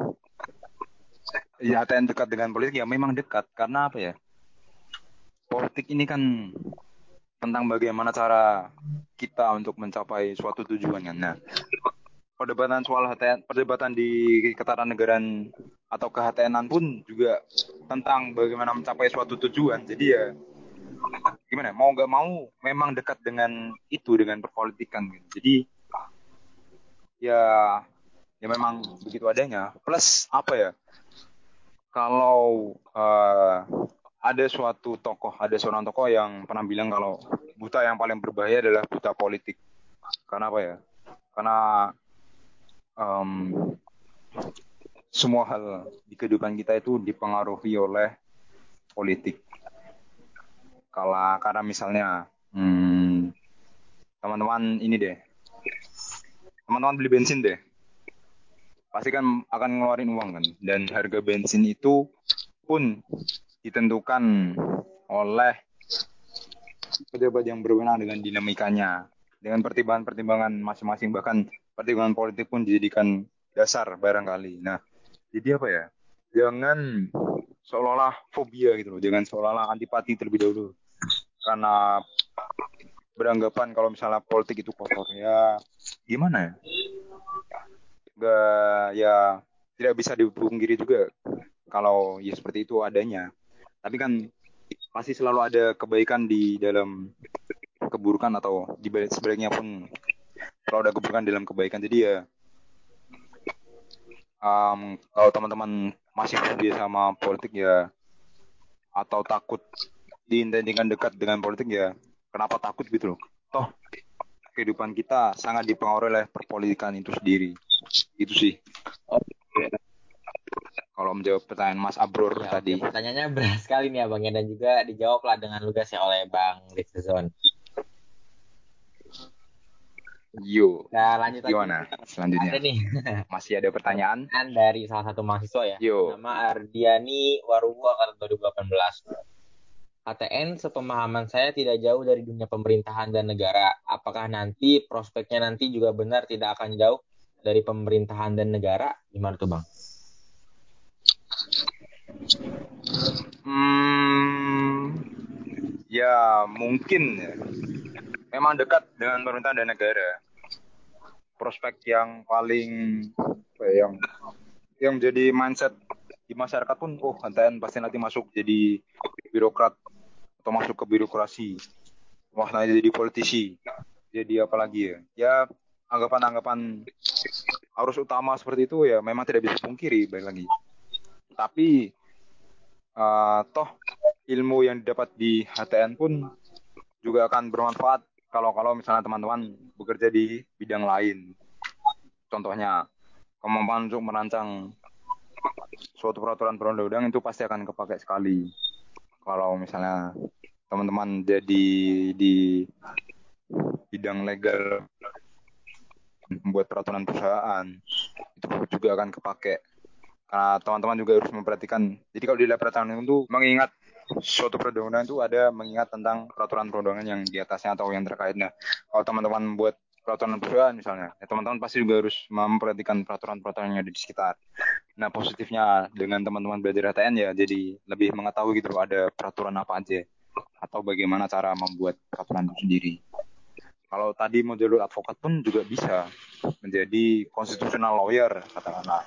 ya H T N dekat dengan politik, ya memang dekat. Karena apa ya? Politik ini kan tentang bagaimana cara kita untuk mencapai suatu tujuan kan. Nah, perdebatan soal H T N, perdebatan di ketatanegaraan atau ke H T N-an pun juga tentang bagaimana mencapai suatu tujuan. Jadi ya gimana? Mau nggak mau memang dekat dengan itu, dengan perpolitikan. Gitu. Jadi ya ya memang begitu adanya. Plus apa ya? Kalau uh, ada suatu tokoh, ada seorang tokoh yang pernah bilang kalau buta yang paling berbahaya adalah buta politik. Karena apa ya? Karena um, semua hal di kehidupan kita itu dipengaruhi oleh politik. Kalau karena misalnya hmm, teman-teman ini deh, teman-teman beli bensin deh, pasti kan akan ngeluarin uang kan, dan harga bensin itu pun ditentukan oleh pejabat yang berwenang dengan dinamikanya, dengan pertimbangan-pertimbangan masing-masing, bahkan pertimbangan politik pun dijadikan dasar barangkali. Nah, jadi apa ya? Jangan seolah-olah fobia gitu loh, jangan seolah-olah antipati terlebih dahulu karena beranggapan kalau misalnya politik itu kotor. Ya gimana ya? Gak, ya tidak bisa dipungkiri juga kalau ya seperti itu adanya. Tapi kan pasti selalu ada kebaikan di dalam keburukan, atau di balik sebaliknya pun selalu ada keburukan dalam kebaikan. Jadi ya um, kalau teman-teman masih fobia sama politik, ya atau takut diidentikan dekat dengan politik, ya kenapa takut gitu loh. Toh kehidupan kita sangat dipengaruhi oleh perpolitikan itu sendiri. Itu sih. Kalau menjawab pertanyaan Mas Abror Ya, tadi. oke. Pertanyaannya berat sekali nih Abang ya, dan juga dijawablah dengan lugas ya oleh Bang Rizwan. Yo, Nah, lanjut lagi. gimana selanjutnya? Ada nih. Masih ada pertanyaan? Pertanyaan dari salah satu mahasiswa ya. Yo. Nama Ardiani Warubu angkatan dua ribu delapan belas. H T N sepemahaman saya tidak jauh dari dunia pemerintahan dan negara. Apakah nanti prospeknya nanti juga benar tidak akan jauh dari pemerintahan dan negara? Gimana tuh Bang? Hmm, ya mungkin ya. Memang dekat dengan pemerintahan dan negara. Prospek yang paling apa ya, yang yang jadi mindset di masyarakat pun, oh H T N pasti nanti masuk jadi birokrat atau masuk ke birokrasi, wah nanti jadi politisi, jadi apa lagi ya, ya anggapan-anggapan arus utama seperti itu ya memang tidak bisa pungkiri, baik lagi. Tapi uh, toh ilmu yang didapat di H T N pun juga akan bermanfaat kalau kalau misalnya teman-teman bekerja di bidang lain. Contohnya kemampuan untuk merancang suatu peraturan perundang-undang itu pasti akan kepakai sekali. Kalau misalnya teman-teman jadi di bidang legal, membuat peraturan perusahaan, itu juga akan kepakai. Karena teman-teman juga harus memperhatikan. Jadi kalau di peraturan itu mengingat suatu perundang-undangan itu ada mengingat tentang peraturan perundangan yang di atasnya atau yang terkaitnya. Kalau teman-teman buat peraturan perusahaan misalnya, ya teman-teman pasti juga harus memperhatikan peraturan-peraturan yang ada di sekitar. Nah positifnya dengan teman-teman belajar H T N ya jadi lebih mengetahui gitu ada peraturan apa aja atau bagaimana cara membuat peraturan itu sendiri. Kalau tadi mau jalur advokat pun juga bisa menjadi constitutional lawyer katakanlah.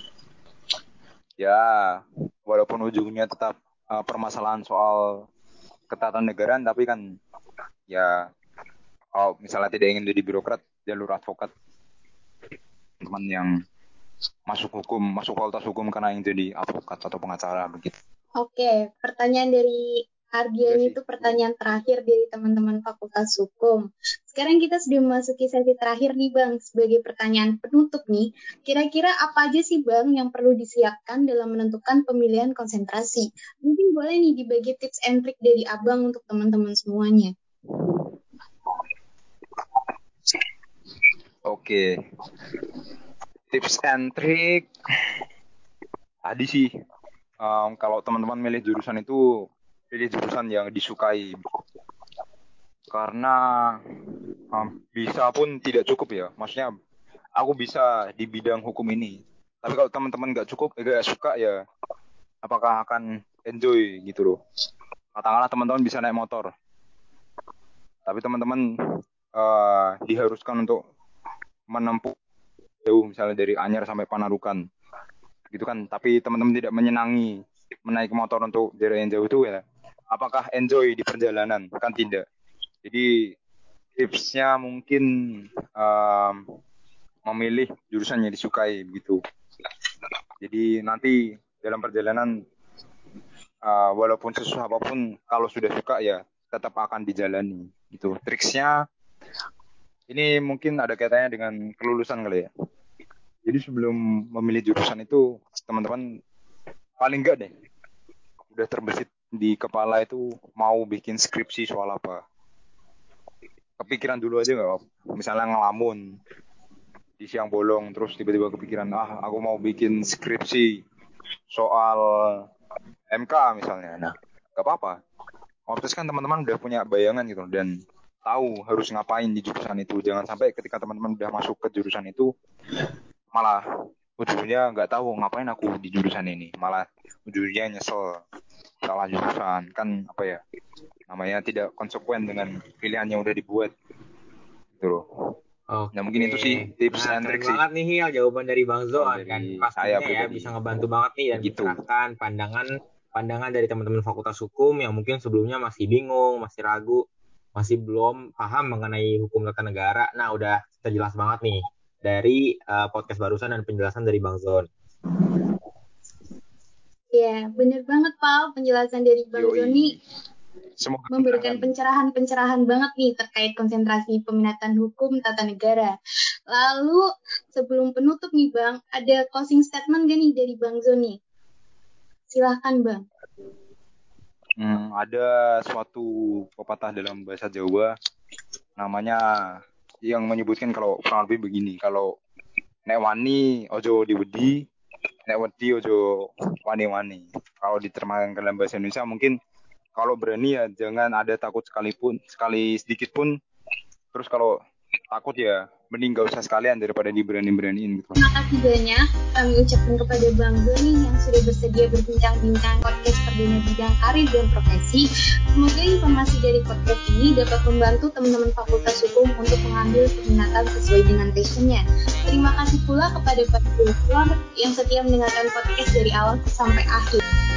Ya walaupun ujungnya tetap uh, permasalahan soal ketatanegaraan, tapi kan ya kalau misalnya tidak ingin jadi birokrat, jalur advokat, teman yang masuk hukum, masuk fakultas hukum karena ingin jadi advokat atau pengacara begitu. Oke, pertanyaan dari Ardian itu pertanyaan terakhir dari teman-teman Fakultas Hukum. Sekarang kita sudah memasuki sesi terakhir nih Bang, sebagai pertanyaan penutup nih. Kira-kira apa aja sih Bang yang perlu disiapkan dalam menentukan pemilihan konsentrasi? Mungkin boleh nih dibagi tips and trick dari Abang untuk teman-teman semuanya. Oke, tips and trick tadi sih, um, kalau teman-teman milih jurusan itu pilih jurusan yang disukai, karena um, bisa pun tidak cukup ya, maksudnya aku bisa di bidang hukum ini, tapi kalau teman-teman nggak cukup, nggak suka ya, apakah akan enjoy gitu loh. Katakanlah teman-teman bisa naik motor, tapi teman-teman uh, diharuskan untuk menempuh jauh, misalnya dari Anyar sampai Panarukan, gitu kan. Tapi teman-teman tidak menyenangi menaiki motor untuk jarak yang jauh itu ya, apakah enjoy di perjalanan? Kan tidak. Jadi tipsnya mungkin um, memilih jurusan yang disukai begitu. Jadi nanti dalam perjalanan uh, walaupun susah apapun, kalau sudah suka ya tetap akan dijalani. Gitu. Triksnya ini mungkin ada kaitannya dengan kelulusan kali ya. Jadi sebelum memilih jurusan itu teman-teman paling enggak deh udah terbesit di kepala itu mau bikin skripsi soal apa. Kepikiran dulu aja nggak? Misalnya ngelamun di siang bolong terus tiba-tiba kepikiran, ah aku mau bikin skripsi soal M K misalnya. Nah, nggak apa-apa. Otomatis kan teman-teman udah punya bayangan gitu dan tahu harus ngapain di jurusan itu. Jangan sampai ketika teman-teman udah masuk ke jurusan itu malah ujungnya nggak tahu ngapain aku di jurusan ini, malah ujungnya nyesel salah jurusan, kan apa ya namanya, tidak konsekuen dengan pilihan yang udah dibuat gitu loh. Oke. Nah mungkin itu sih tips Nah, and keren trick sih banget nih Hil, jawaban dari Bang Zoan kan. dari Pastinya saya ya pribadi. bisa ngebantu banget nih dan Begitu. mencerahkan pandangan pandangan dari teman-teman Fakultas Hukum yang mungkin sebelumnya masih bingung, masih ragu, masih belum paham mengenai hukum tata negara. Nah, udah jelas banget nih dari uh, podcast barusan dan penjelasan dari Bang Zon. Ya, bener banget, Pal. Penjelasan dari Bang Yoi. Zoni Semoga memberikan menyenangkan. pencerahan-pencerahan banget nih terkait konsentrasi peminatan hukum tata negara. Lalu, sebelum penutup nih, Bang, ada closing statement gak nih dari Bang Zoni? Silahkan, Bang. Hmm, ada suatu pepatah dalam bahasa Jawa namanya yang menyebutkan kalau kurang lebih begini, kalau nek wani ojo diwedi, nek wedi ojo wani-wani. Kalau diterjemahkan ke dalam bahasa Indonesia mungkin kalau berani ya jangan ada takut sekalipun, sekali sedikit pun. Terus kalau takut ya mending gak usah sekalian daripada diberani-beraniin gitu. Terima kasih banyak kami ucapkan kepada Bang Doni yang sudah bersedia berbincang-bincang podcast Perdana Bidang Karir dan Profesi. Semoga informasi dari podcast ini dapat membantu teman-teman Fakultas Hukum untuk mengambil peminatan sesuai dengan passionnya. Terima kasih pula kepada para penonton yang setia mendengarkan podcast dari awal sampai akhir.